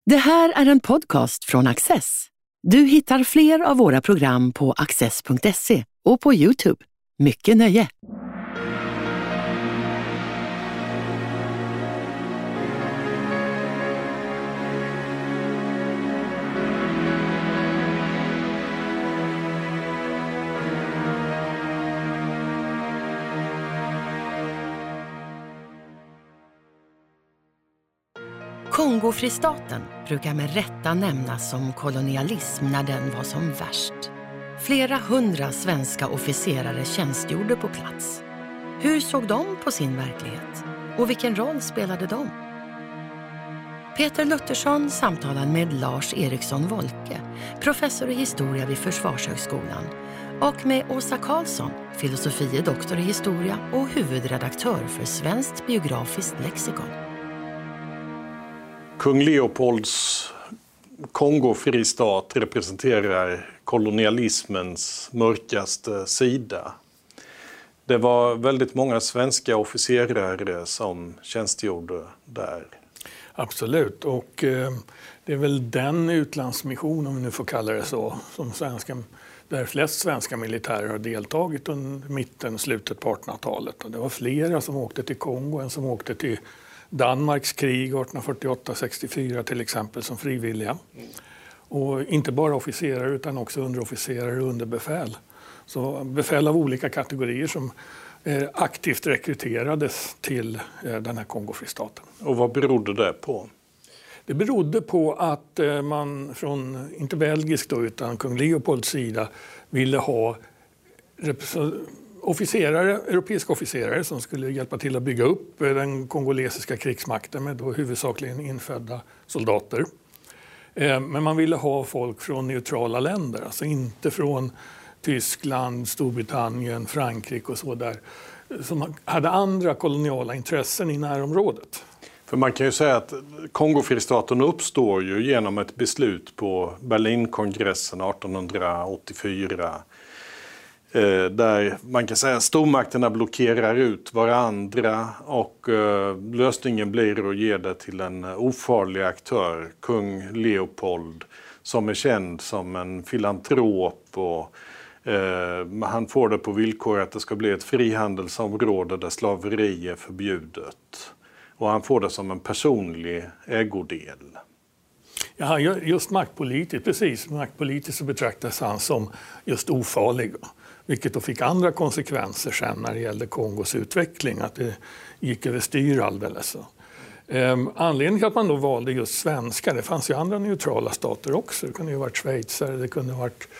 Det här är en podcast från Access. Du hittar fler av våra program på access.se och på YouTube. Mycket nöje! Kongofristaten brukar med rätta nämnas som kolonialism när den var som värst. Flera hundra svenska officerare tjänstgjorde på plats. Hur såg de på sin verklighet? Och vilken roll spelade de? Peter Luttersson samtalar med Lars Eriksson Wolke, professor i historia vid Försvarshögskolan, och med Åsa Karlsson, filosofie doktor i historia och huvudredaktör för Svenskt biografiskt lexikon. Kung Leopolds Kongofristat representerar kolonialismens mörkaste sida. Det var väldigt många svenska officerare som tjänstgjorde där. Absolut, och det är väl den utlandsmission, om vi nu får kalla det så, som där flest svenska militärer har deltagit under mitten och slutet på 1800-talet. Det var flera som åkte till Kongo än som åkte till Danmarks krig 1848-64 till exempel som frivilliga. Och inte bara officerare utan också underofficerare och underbefäl. Så befäl av olika kategorier som aktivt rekryterades till den här Kongofristaten. Och vad berodde det på? Det berodde på att man från, inte belgisk då, utan kung Leopolds sida ville ha europeiska officerare som skulle hjälpa till att bygga upp den kongolesiska krigsmakten med då huvudsakligen infödda soldater. Men man ville ha folk från neutrala länder, alltså inte från Tyskland, Storbritannien, Frankrike och så där, som hade andra koloniala intressen i närområdet. För man kan ju säga att Kongofristaten uppstår ju genom ett beslut på Berlinkongressen 1884. Där man kan säga att stormakterna blockerar ut varandra och lösningen blir att ge det till en ofarlig aktör, kung Leopold, som är känd som en filantrop, och han får det på villkor att det ska bli ett frihandelsområde där slaveri är förbjudet. Och han får det som en personlig ägodel. Ja, just maktpolitiskt, precis. Maktpolitiskt så betraktas han som just ofarlig. Vilket då fick andra konsekvenser sen när det gällde Kongos utveckling. Att det gick överstyr alldeles. Anledningen till att man då valde just svenskar, det fanns ju andra neutrala stater också. Det kunde ju ha varit schweizare, det kunde ha varit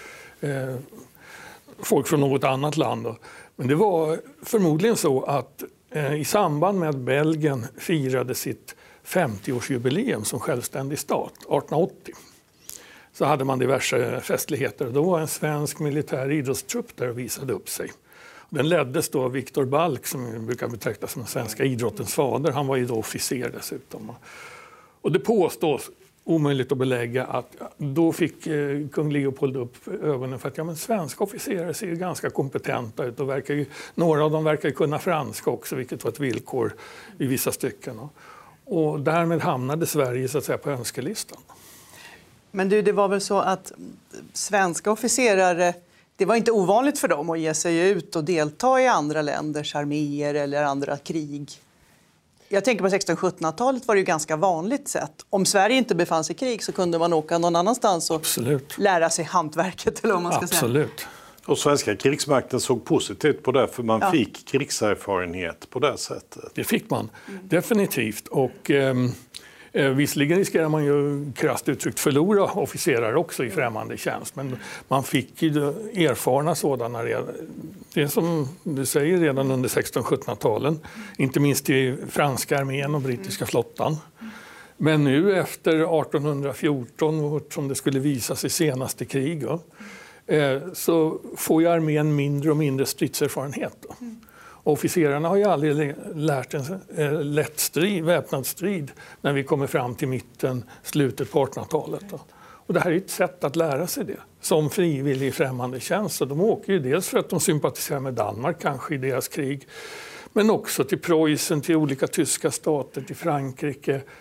folk från något annat land. Men det var förmodligen så att i samband med att Belgien firade sitt 50-årsjubileum som självständig stat, 1880, så hade man diverse festligheter. Då var en svensk militär idrottstrupp där och visade upp sig. Den leddes då av Viktor Balk, som brukar betraktas som den svenska idrottens fader. Han var ju då officer dessutom. Och det påstås, omöjligt att belägga, att då fick kung Leopold upp ögonen för att svenska officerare ser ju ganska kompetenta ut. Och några av dem verkar kunna franska också, vilket var ett villkor i vissa stycken. Och därmed hamnade Sverige så att säga på önskelistan. Men det var väl så att svenska officerare, det var inte ovanligt för dem att ge sig ut och delta i andra länders arméer eller andra krig. Jag tänker på 1600-1700-talet var det ju ganska vanligt sätt. Om Sverige inte befann sig i krig så kunde man åka någon annanstans och lära sig hantverket, eller vad man ska säga. Och svenska krigsmakten såg positivt på det, för man fick krigserfarenhet på det sättet. Det fick man, definitivt. Och visserligen riskerar man ju krasst uttryckt förlora officerare också i främmande tjänst. Men man fick ju erfarna sådana redan. Det är som du säger redan under 1600-1700-talen. Inte minst i franska armén och brittiska flottan. Men nu efter 1814, som det skulle visa sig senaste krig, så får ju armén mindre och mindre stridserfarenhet. Officerarna har ju aldrig lärt en lätt väpnad strid när vi kommer fram till slutet på 1800-talet. Och det här är ett sätt att lära sig det som frivillig främmande tjänst. Så de åker ju dels för att de sympatiserar med Danmark kanske i deras krig, men också till Preussen, till olika tyska stater, till Frankrike,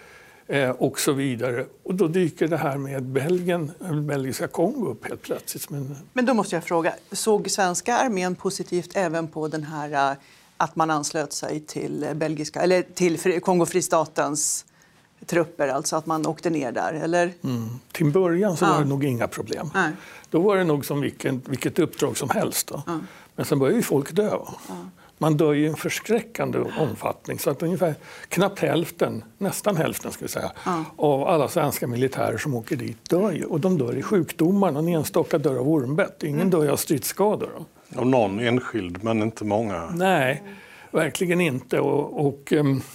och så vidare. Och då dyker det här med belgiska Kongo upp helt plötsligt. Men då måste jag fråga, såg svenska armén positivt även på den här att man anslöt sig till Kongo-fristatens trupper, alltså att man åkte ner där, eller? Till början så var det nog inga problem. Nej. Då var det nog som vilket uppdrag som helst. Då. Men sen började ju folk dö. Man dör ju i en förskräckande omfattning, så att ungefär knappt hälften, nästan hälften ska vi säga, av alla svenska militärer som åker dit dör ju. Och de dör i sjukdomar, någon enstaka dör av ormbett. Ingen dör av stridsskador. Då. Och någon enskild, men inte många. Nej, verkligen inte. Och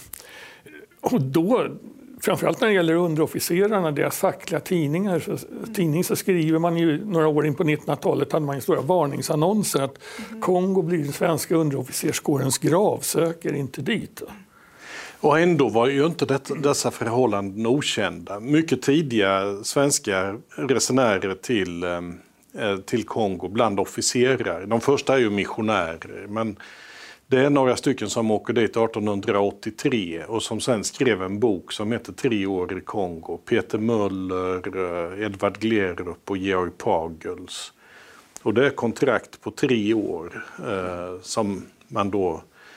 då, framförallt när det gäller underofficerarna, deras fackliga tidning, så skriver man ju några år in på 1900-talet hade man ju stora varningsannonser att Kongo blir den svenska underofficerskårens grav, söker inte dit. Och ändå var ju inte dessa förhållanden okända. Mycket tidiga svenska resenärer till Kongo bland officerare. De första är ju missionärer, men det är några stycken som åker dit 1883 och som sen skrev en bok som heter 3 år i Kongo. Peter Möller, Edvard Glerup och Georg Pagels. Och det är kontrakt på 3 år som man då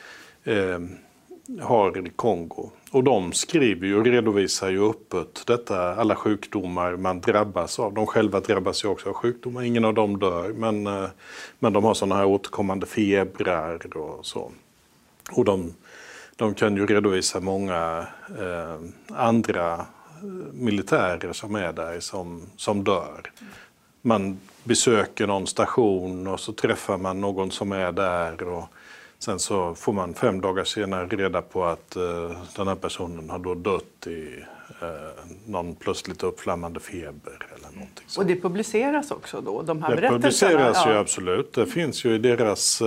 har i Kongo. Och de skriver ju och redovisar ju öppet alla sjukdomar man drabbas av. De själva drabbas ju också av sjukdomar. Ingen av dem dör, men de har sådana här återkommande febrar och så. Och de kan ju redovisa många andra militärer som är där som dör. Man besöker någon station och så träffar man någon som är där och sen så får man 5 dagar senare reda på att den här personen har då dött i någon plötsligt uppflammande feber eller någonting sånt. Och det publiceras också då, de här berättelserna? Det publiceras ju absolut. Det finns ju i deras,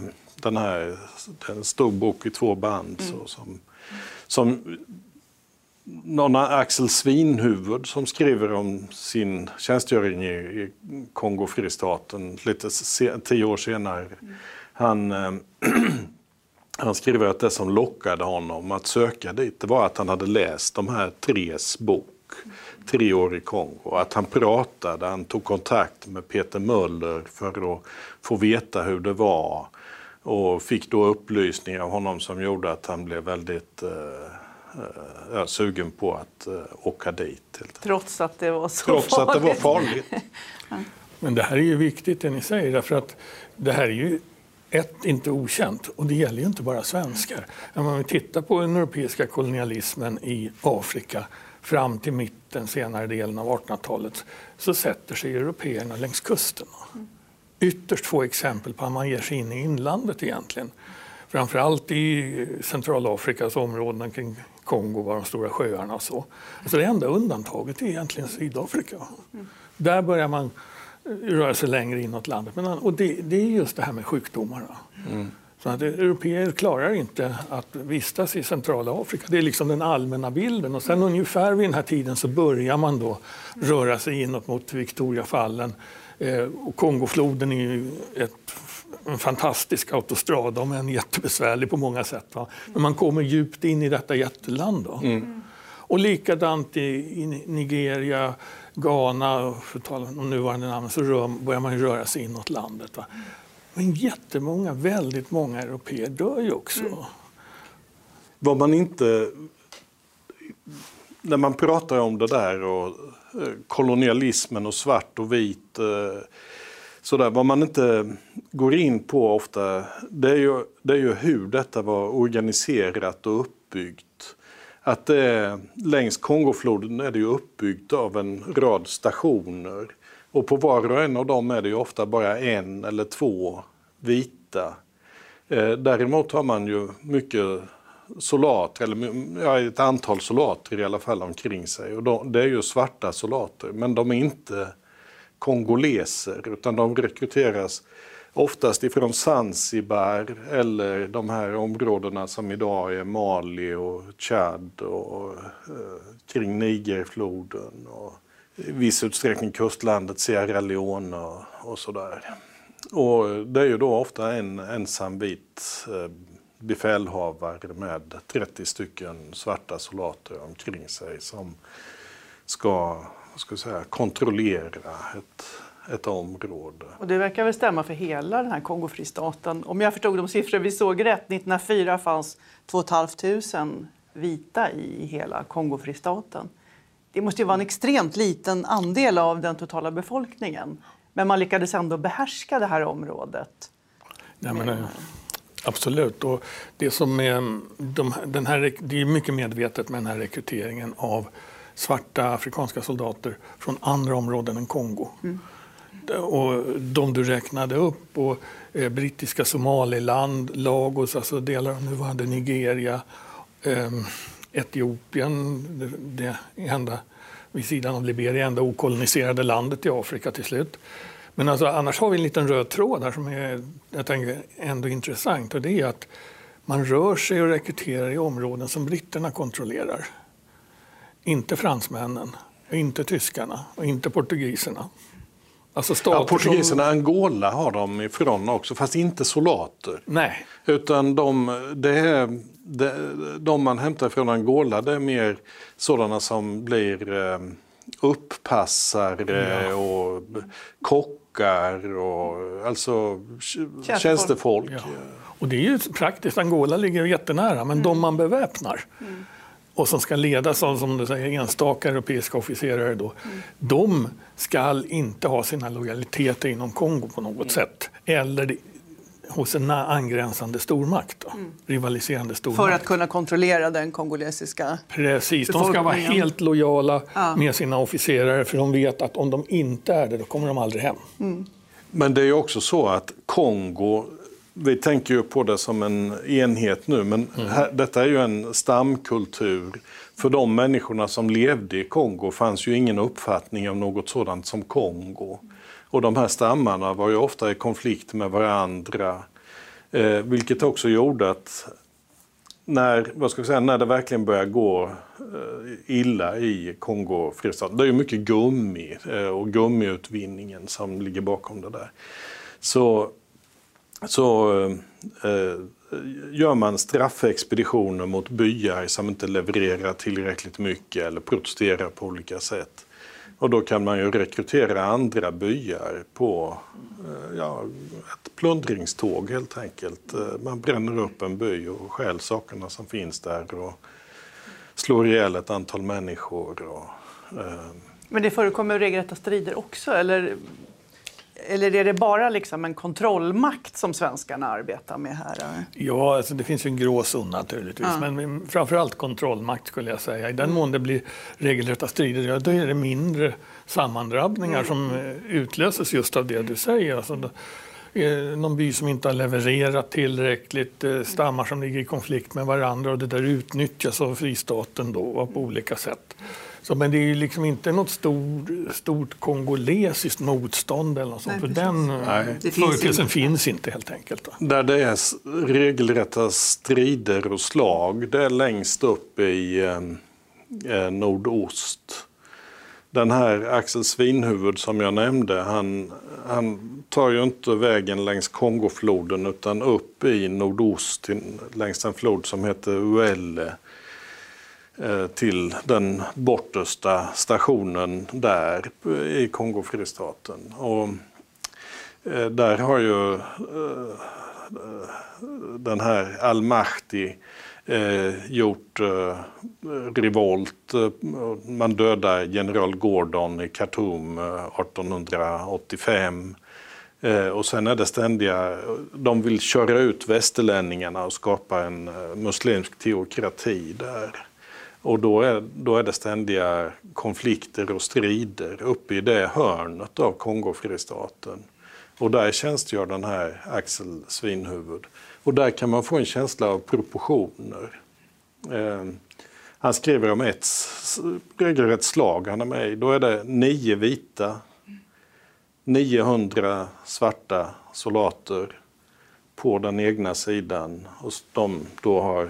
en stor bok i 2 band som någon Axel Svinhuvud som skriver om sin tjänstgöring i Kongo-fristaten lite 10 år senare. Han skriver att det som lockade honom att söka dit, det var att han hade läst de här 3:s bok, 3 år i Kongo. Att han tog kontakt med Peter Möller för att få veta hur det var. Och fick då upplysningar av honom som gjorde att han blev väldigt sugen på att åka dit. Trots att det var så farligt. Att det var farligt. Men det här är ju viktigt det ni säger, därför att det här är ju inte okänt, och det gäller ju inte bara svenskar. Om vi tittar på den europeiska kolonialismen i Afrika fram till mitten, senare delen av 1800-talet, så sätter sig européerna längs kusten. Ytterst få exempel på att man ger sig in i inlandet egentligen. Framförallt i Centralafrikas områden kring Kongo var de stora sjöarna och så. Alltså det enda undantaget är egentligen Sydafrika. Där börjar man röra sig längre inåt landet. Och det är just det här med sjukdomarna. Så att européer klarar inte att vistas i centrala Afrika. Det är liksom den allmänna bilden. Och sen ungefär vid den här tiden så börjar man då röra sig inåt mot Victoriafallen. Och Kongofloden är ju en fantastisk autostrad, om än jättebesvärlig på många sätt. Va? Men man kommer djupt in i detta jätteland då. Och likadant i Nigeria, Ghana, för att tala om nuvarande namn, så börjar man röra sig inåt landet. Va? Men väldigt många européer dör ju också. Var man inte, när man pratar om det där och kolonialismen och svart och vit, sådär, vad man inte går in på ofta, det är ju hur detta var organiserat och uppbyggt. Att längs Kongofloden är det ju uppbyggt av en rad stationer. Och på var och en av dem är det ju ofta bara 1 eller 2 vita. Däremot har man ju mycket soldater, eller ett antal soldater i alla fall omkring sig. Och det är ju svarta soldater, men de är inte kongoleser, utan de rekryteras oftast ifrån Zanzibar eller de här områdena som idag är Mali och Chad och kring Nigerfloden och i viss utsträckning kustlandet Sierra Leone och sådär. Och det är ju då ofta en ensam vit befälhavare med 30 stycken svarta soldater omkring sig som ska kontrollera ett område. Och det verkar väl stämma för hela den här Kongofristaten. Om jag förstod de siffror vi såg rätt, 1904 fanns 2 500 vita i hela Kongofristaten. Det måste ju vara en extremt liten andel av den totala befolkningen. Men man lyckades ändå behärska det här området. Nej, men, absolut. Och det som är, det är mycket medvetet med den här rekryteringen av svarta afrikanska soldater från andra områden än Kongo. Och de du räknade upp, och brittiska Somaliland, Lagos, alltså delar av nuvarande Nigeria, Etiopien, det enda vid sidan av Liberia, enda okoloniserade landet i Afrika till slut. Men alltså, annars har vi en liten röd tråd här som är, jag tänker, ändå intressant, och det är att man rör sig och rekryterar i områden som britterna kontrollerar. Inte fransmännen, inte tyskarna och inte portugiserna. Alltså portugiserna Angola har de ifrån också, fast inte soldater. Nej. Utan de man hämtar från Angola, det är mer sådana som blir upppassare och kockar och alltså tjänstefolk. Ja. Och det är ju praktiskt, Angola ligger jättenära, men de man beväpnar och som ska leda som du säger, enstaka europeiska officerare då, de ska inte ha sina lojaliteter inom Kongo på något sätt. Eller hos en angränsande stormakt då, rivaliserande stormakt. För att kunna kontrollera den kongolesiska Precis, de ska vara helt lojala med sina officerare, för de vet att om de inte är det, då kommer de aldrig hem. Men det är ju också så att Kongo, vi tänker ju på det som en enhet nu, men detta är ju en stamkultur. För de människorna som levde i Kongo fanns ju ingen uppfattning om något sådant som Kongo. Och de här stammarna var ju ofta i konflikt med varandra, vilket också gjorde att när det verkligen börjar gå illa i Kongo-fristaten, det är ju mycket gummi och gummiutvinningen som ligger bakom det där. Så gör man straffexpeditioner mot byar som inte levererar tillräckligt mycket eller protesterar på olika sätt. Och då kan man ju rekrytera andra byar på ett plundringståg helt enkelt. Man bränner upp en by och stjäl sakerna som finns där och slår ihjäl ett antal människor. Men det förekommer regelrätta strider också, eller är det bara liksom en kontrollmakt som svenskarna arbetar med här? Ja, alltså det finns ju en gråzon naturligtvis, men framförallt kontrollmakt skulle jag säga. I den mån det blir regelrätta strider, då är det mindre sammandrabbningar som utlöses just av det du säger. Alltså, någon by som inte har levererat tillräckligt, stammar som ligger i konflikt med varandra, och det där utnyttjas av fristaten då på olika sätt. Så, men det är ju liksom inte något stort kongolesiskt motstånd eller något sånt. För den företeelsen finns inte helt enkelt. Där det är regelrätta strider och slag, det är längst upp i nordost. Den här Axel Svinhuvud som jag nämnde, han tar ju inte vägen längs Kongofloden utan upp i nordost längs en flod som heter Uelle, till den bortersta stationen där i Kongofristaten. Och där har ju den här Al-Mahdi gjort revolt. Man dödar general Gordon i Khartoum 1885. Och sen är det ständiga, de vill köra ut västerlänningarna och skapa en muslimsk teokrati där. Och då är det ständiga konflikter och strider uppe i det hörnet av Kongofristaten. Och där tjänstgör den här Axel Svinhuvud. Och där kan man få en känsla av proportioner. Han skriver om ett regelrätt slag han är med i. Då är det 9 vita, 900 svarta soldater på den egna sidan. Och de då har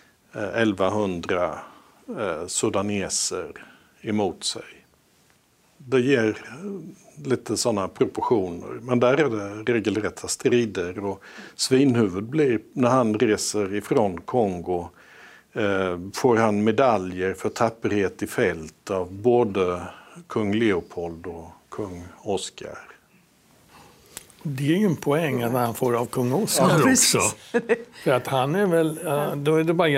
1100 sudaneser emot sig. det ger lite sådana proportioner. Men där är det regelrätta strider och Svinhuvud blir, när han reser ifrån Kongo, får han medaljer för tapperhet i fält av både kung Leopold och kung Oscar. Det är ju en poäng att han får av kung Oscar också. För att han är väl, då är det bara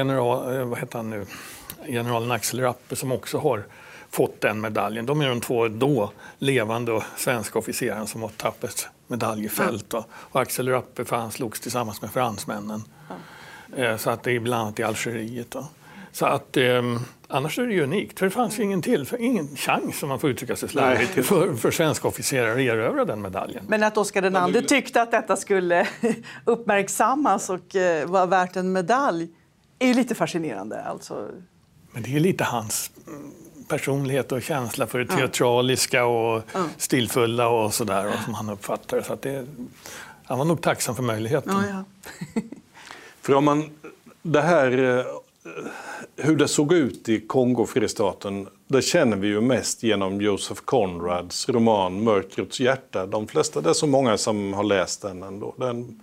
generalen Axel Rappe som också har fått den medaljen. De är de två då levande och svenska officerare som har tappet medalj i fält. Och Axel Rappe, för han slogs tillsammans med fransmännen. Så att det är bland annat i Algeriet. Så att annars är det unikt. För det fanns ju ingen chans, om man får uttrycka sig slarvigt, för svenska officerare att erövra den medaljen. Men att Oscar II tyckte att detta skulle uppmärksammas och vara värt en medalj är ju lite fascinerande. Alltså. Men det är lite hans personlighet och känsla för det teatraliska och stillfulla och sådär som han uppfattar. Så att han var nog tacksam för möjligheten. Ja. För om man, det här, hur det såg ut i Kongo-fristaten, det känner vi ju mest genom Joseph Conrads roman Mörkrets hjärta. De flesta, det är så många som har läst den ändå. Det är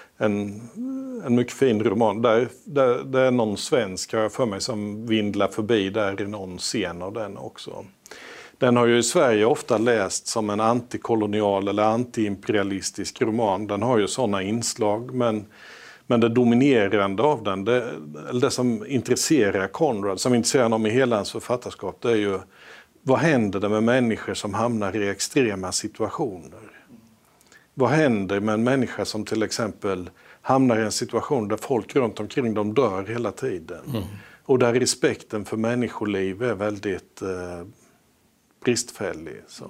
en mycket fin roman. Det är någon svensk, har jag för mig, som vindlar förbi där i någon scen av den också. Den har ju i Sverige ofta läst som en antikolonial eller antiimperialistisk roman. Den har ju sådana inslag, men det dominerande av den, det som intresserar Conrad, som intresserar honom i hela hans författarskap, det är ju vad händer det med människor som hamnar i extrema situationer? Vad händer med en människa som till exempel hamnar i en situation där folk runt omkring dem dör hela tiden? Och där respekten för människoliv är väldigt bristfällig. Så.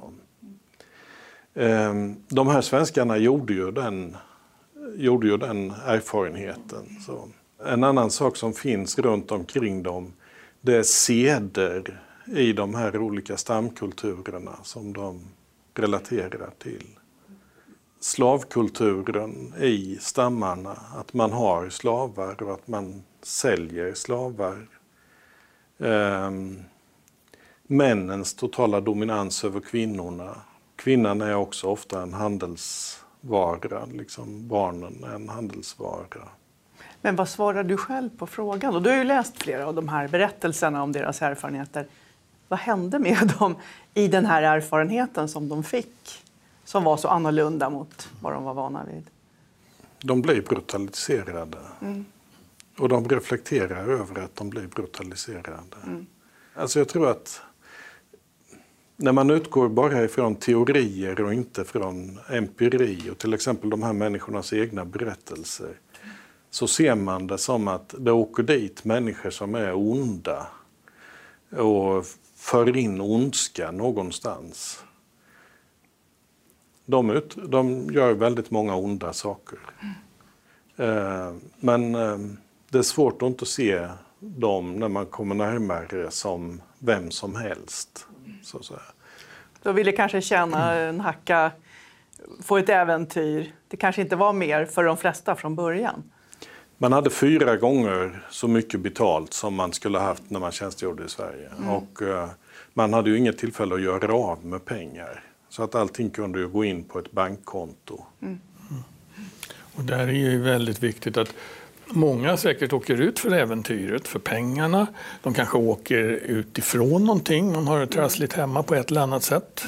De här svenskarna gjorde ju den erfarenheten. Så. En annan sak som finns runt omkring dem, det är seder i de här olika stamkulturerna som de relaterar till. Slavkulturen i stammarna, att man har slavar och att man säljer slavar. Männens totala dominans över kvinnorna. Kvinnan är också ofta en handelsvara, liksom barnen är en handelsvara. Men vad svarar du själv på frågan? Och du har ju läst flera av de här berättelserna om deras erfarenheter. Vad hände med dem i den här erfarenheten som de fick? Som var så annorlunda mot vad de var vana vid. De blir brutaliserade. Och de reflekterar över att de blir brutaliserade. Alltså jag tror att när man utgår bara ifrån teorier och inte från empiri och till exempel de här människornas egna berättelser, så ser man det som att det åker dit människor som är onda och för in ondska någonstans. De gör väldigt många onda saker. Men det är svårt att inte se dem när man kommer närmare som vem som helst. Så att säga. Då ville kanske känna en hacka, få ett äventyr. Det kanske inte var mer för de flesta från början. Man hade 4 gånger så mycket betalt som man skulle ha haft när man tjänstgjorde i Sverige. Och man hade ju inget tillfälle att göra av med pengar. Så att allting kunde ju gå in på ett bankkonto. Och där är ju väldigt viktigt att många säkert åker ut för äventyret, för pengarna. De kanske åker utifrån någonting. De har det trassligt hemma på ett eller annat sätt.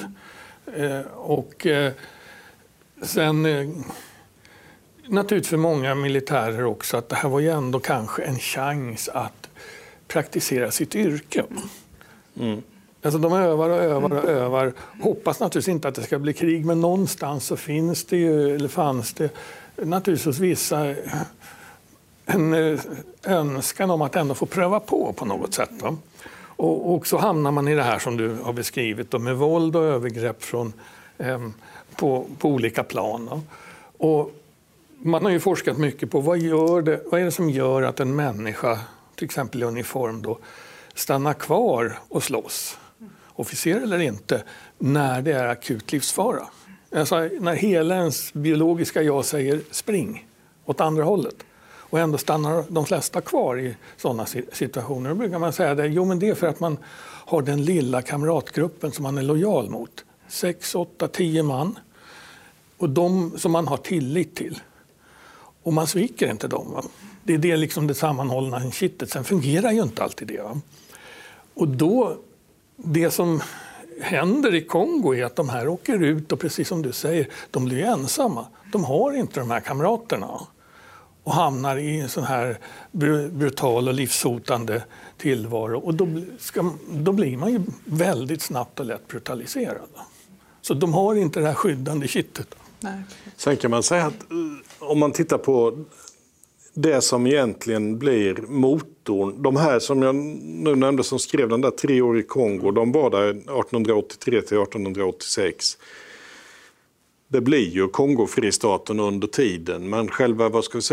Sen naturligtvis för många militärer också att det här var ju ändå kanske en chans att praktisera sitt yrke. Alltså de övar och övar och övar. Hoppas naturligtvis inte att det ska bli krig, men någonstans så finns det ju, eller fanns det naturligtvis hos vissa en önskan om att ändå få pröva på något sätt. Va? Och så hamnar man i det här som du har beskrivit då, med våld och övergrepp på olika plan. Va? Och man har ju forskat mycket på vad är det som gör att en människa, till exempel i uniform då, stannar kvar och slåss, officer eller inte, när det är akut livsfara. Alltså, när hela ens biologiska jag säger spring åt andra hållet. Och ändå stannar de flesta kvar i sådana situationer. Då brukar man säga det, men det är för att man har den lilla kamratgruppen som man är lojal mot. 6, 8, 10 man. Och de som man har tillit till. Och man sviker inte dem. Va? Det är det, liksom det sammanhållna kittet. Sen fungerar ju inte alltid det. Va? Och då, det som händer i Kongo är att de här åker ut och precis som du säger, de blir ensamma. De har inte de här kamraterna. Och hamnar i en sån här brutal och livshotande tillvaro. Och då blir man ju väldigt snabbt och lätt brutaliserad. Så de har inte det här skyddande kittet. Nej. Sen kan man säga att om man tittar på det som egentligen blir motorn. De här som jag nu nämnde som skrev den där 3 år i Kongo, de var där 1883 till 1886. Det blir ju Kongofristaten under tiden, men själva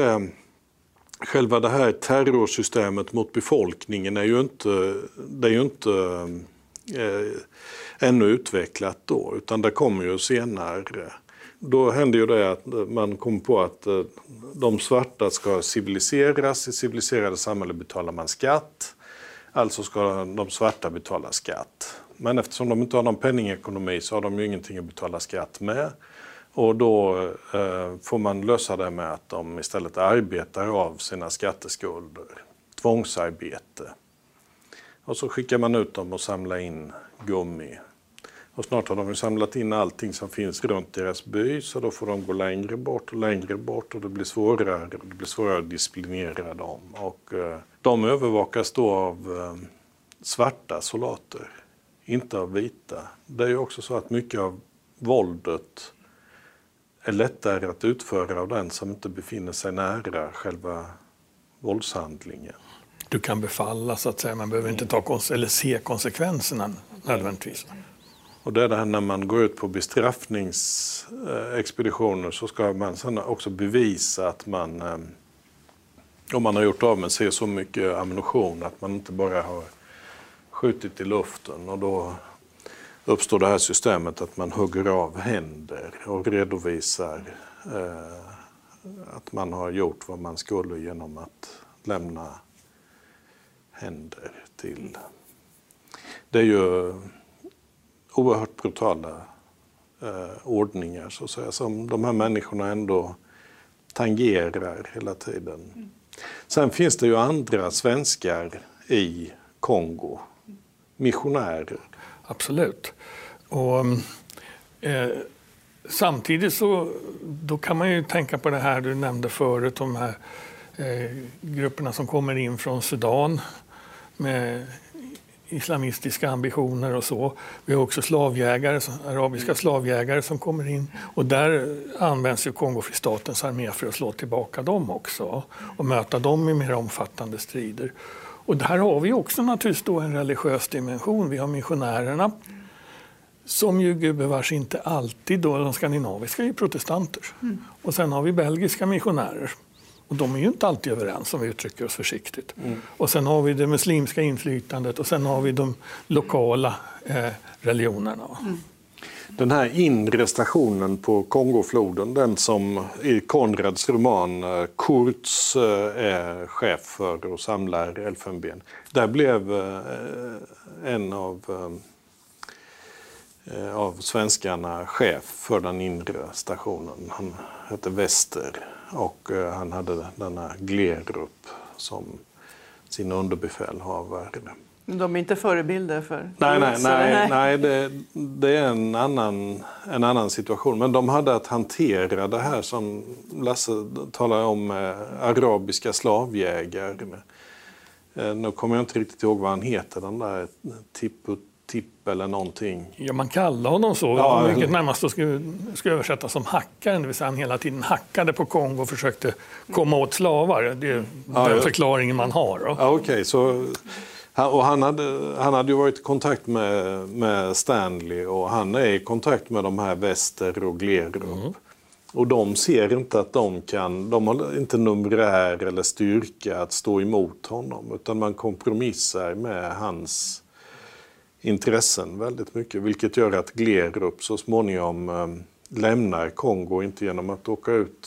det här terrorsystemet mot befolkningen är ju inte ännu utvecklat då, utan det kommer ju senare. Då händer ju det att man kom på att de svarta ska civiliseras. I civiliserade samhällen betalar man skatt. Alltså ska de svarta betala skatt. Men eftersom de inte har någon penningekonomi så har de ju ingenting att betala skatt med. Och då får man lösa det med att de istället arbetar av sina skatteskulder. Tvångsarbete. Och så skickar man ut dem och samlar in gummi. Och snart har de ju samlat in allting som finns runt deras by, så då får de gå längre bort och det blir svårare att disciplinera dem. Och de övervakas då av svarta soldater, inte av vita. Det är ju också så att mycket av våldet är lättare att utföra av den som inte befinner sig nära själva våldshandlingen. Du kan befalla så att säga, man behöver inte se konsekvenserna nödvändigtvis. Och det är det här när man går ut på bestraffningsexpeditioner så ska man sedan också bevisa att man, om man har gjort av med sig så mycket ammunition att man inte bara har skjutit i luften, och då uppstår det här systemet att man hugger av händer och redovisar att man har gjort vad man skulle genom att lämna händer till. Det är ju oerhört brutala ordningar så att säga, som de här människorna ändå tangerar hela tiden. Sen finns det ju andra svenskar i Kongo, missionärer. Absolut. Och samtidigt så då kan man ju tänka på det här du nämnde förut, de här grupperna som kommer in från Sudan med islamistiska ambitioner och så. Vi har också arabiska slavjägare som kommer in, och där används ju Kongofristatens armé för att slå tillbaka dem också och möta dem i mer omfattande strider. Och där har vi också naturligtvis då en religiös dimension. Vi har missionärerna som ju gubevars inte alltid då, de skandinaviska är ju protestanter. Och sen har vi belgiska missionärer. Och de är ju inte alltid överens, om vi uttrycker oss försiktigt. Och sen har vi det muslimska inflytandet och sen har vi de lokala religionerna. Den här inre stationen på Kongofloden, den som i Konrads roman Kurtz är chef för och samlar elfenben. Där blev en av svenskarna chef för den inre stationen. Han hette Wester och han hade denna Glerup som sin underbefälhavare. De är inte förebilder för... Nej, det är en annan situation. Men de hade att hantera det här som Lasse talar om, arabiska slavjägare. Nu kommer jag inte riktigt ihåg vad han heter, den där Tipp eller någonting. Ja, man kallar honom så, ja, vilket närmast skulle översättas som hackaren, det vill säga han hela tiden hackade på Kongo och försökte komma åt slavar. Det är den förklaringen man har. Ja, okej, så... Och han hade ju varit i kontakt med Stanley, och han är i kontakt med de här Wester och Glerup. Och de ser inte att de har inte numerär eller styrka att stå emot honom, utan man kompromissar med hans intressen väldigt mycket, vilket gör att Glerup så småningom lämnar Kongo, inte genom att åka ut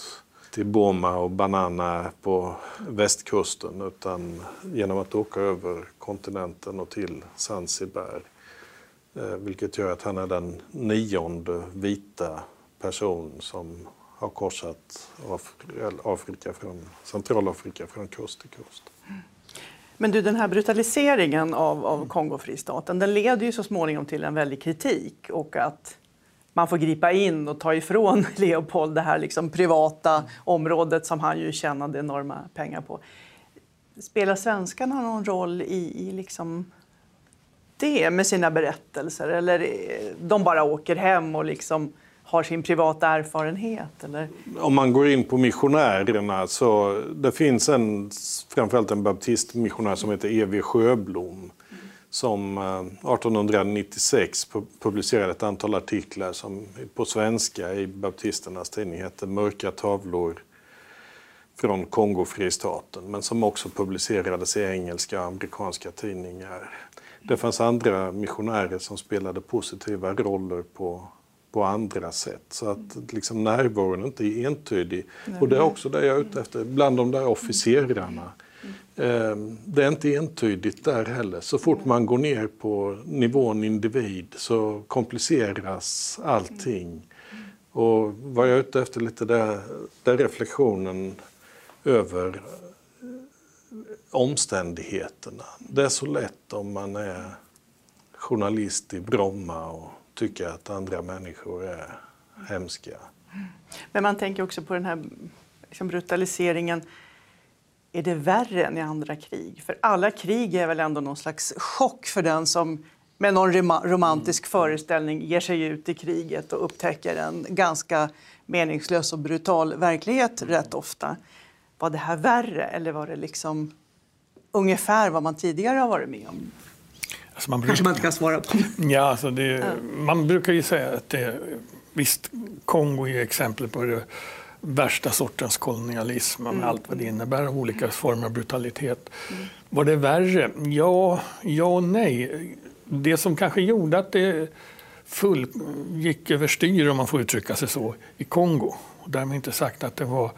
till Burma och Banana på västkusten, utan genom att åka över kontinenten och till Zanzibar. Vilket gör att han är den 9:e vita person som har korsat Afrika Centralafrika från kust till kust. Men du, den här brutaliseringen av Kongofristaten, den leder ju så småningom till en väldig kritik och att man får gripa in och ta ifrån Leopold det här liksom privata området som han ju tjänade enorma pengar på. Spelar svenskarna någon roll i liksom det med sina berättelser, eller de bara åker hem och liksom har sin privata erfarenhet? Eller? Om man går in på missionärerna så det finns framförallt en baptistmissionär som heter E.V. Sjöblom som 1896 publicerade ett antal artiklar som på svenska i baptisternas tidning heter Mörka tavlor från Kongofristaten, men som också publicerades i engelska och amerikanska tidningar. Det fanns andra missionärer som spelade positiva roller på andra sätt. Så att liksom närvaron inte är entydig. Och det är också det jag är ute efter bland de där officerarna. Det är inte entydigt där heller. Så fort man går ner på nivån individ så kompliceras allting. Och vad jag är ute efter lite där reflektionen över omständigheterna. Det är så lätt om man är journalist i Bromma och tycker att andra människor är hemska. Men man tänker också på den här liksom brutaliseringen. Är det värre än i andra krig? För alla krig är väl ändå någon slags chock för den som med någon romantisk föreställning ger sig ut i kriget och upptäcker en ganska meningslös och brutal verklighet rätt ofta. Var det här värre eller var det liksom ungefär vad man tidigare har varit med om? Alltså Kanske man inte kan svara på. Ja, alltså man brukar ju säga att visst, Kongo är exempel på det värsta sortens kolonialism med allt vad det innebär av olika former av brutalitet. Var det värre? Ja och nej. Det som kanske gjorde att det gick överstyr, om man får uttrycka sig så, i Kongo. Och därmed inte sagt att det var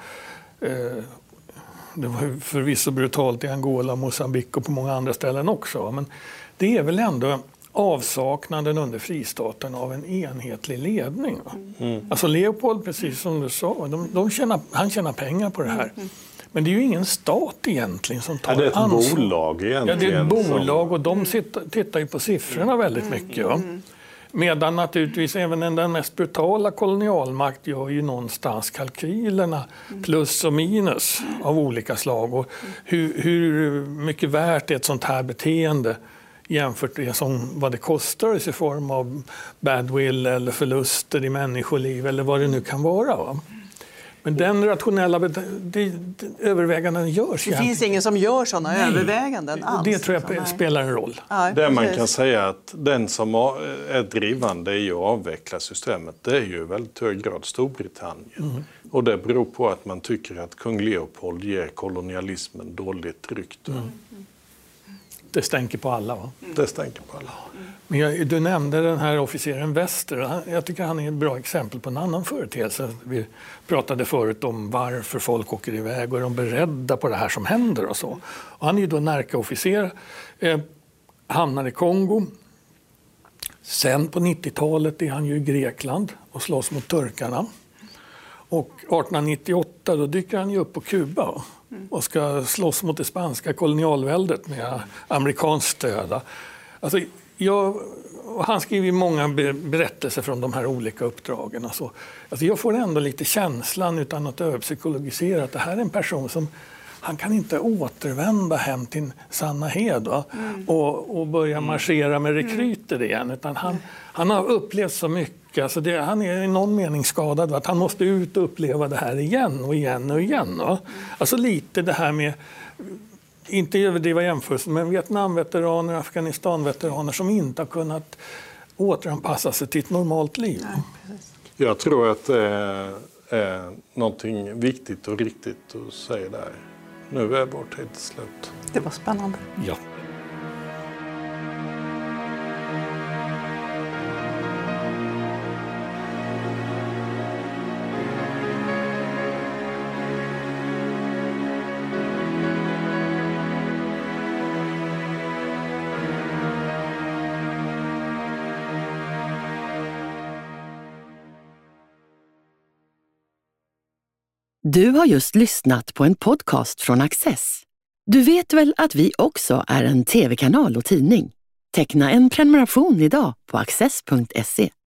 förvisso brutalt i Angola, Mozambique och på många andra ställen också. Men det är väl ändå avsaknaden under fristaten av en enhetlig ledning. Alltså Leopold, precis som du sa, han tjänar pengar på det här. Men det är ju ingen stat egentligen som tar ansvar. Det är ett bolag egentligen. Ja, det är ett bolag och de tittar ju på siffrorna väldigt mycket. Ja. Medan naturligtvis även den mest brutala kolonialmakt gör ju någonstans kalkylerna plus och minus av olika slag. Och hur mycket värt är ett sånt här beteende jämfört med vad det kostar i form av badwill eller förluster i människoliv eller vad det nu kan vara. Va? Men den rationella överväganden görs. Det finns ingen som gör sådana överväganden alls. Det tror jag spelar en roll. Ja, det man kan säga att den som är drivande i att avveckla systemet, det är ju i väldigt hög grad Storbritannien. Och det beror på att man tycker att kung Leopold ger kolonialismen dåligt rykte. Det stänker på alla, va? Det stänker på alla. Men du nämnde den här officeren Wester. Jag tycker han är ett bra exempel på en annan företeelse. Vi pratade förut om varför folk åker iväg och är de beredda på det här som händer och så. Och han är ju då Närca-officer, hamnar i Kongo. Sen på 90-talet är han ju i Grekland och slåss mot turkarna. Och 1898 då dyker han ju upp på Kuba och ska slåss mot det spanska kolonialväldet med amerikanskt stöd. Alltså, han skriver många berättelser från de här olika uppdragen. Alltså jag får ändå lite känslan utan att överpsykologisera att det här är en person som han kan inte återvända hem till Sannahed och börja marschera med rekryter igen. Utan han har upplevt så mycket. Alltså han är i någon mening skadad. Att han måste ut och uppleva det här igen och igen och igen. Va? Alltså lite det här med, inte överdriva jämförelsen, men Vietnamveteraner, Afghanistan-veteraner som inte har kunnat återanpassa sig till ett normalt liv. Jag tror att det är någonting viktigt och riktigt att säga där. Nu är vår tid slut. Det var spännande. Ja. Du har just lyssnat på en podcast från Access. Du vet väl att vi också är en tv-kanal och tidning? Teckna en prenumeration idag på access.se.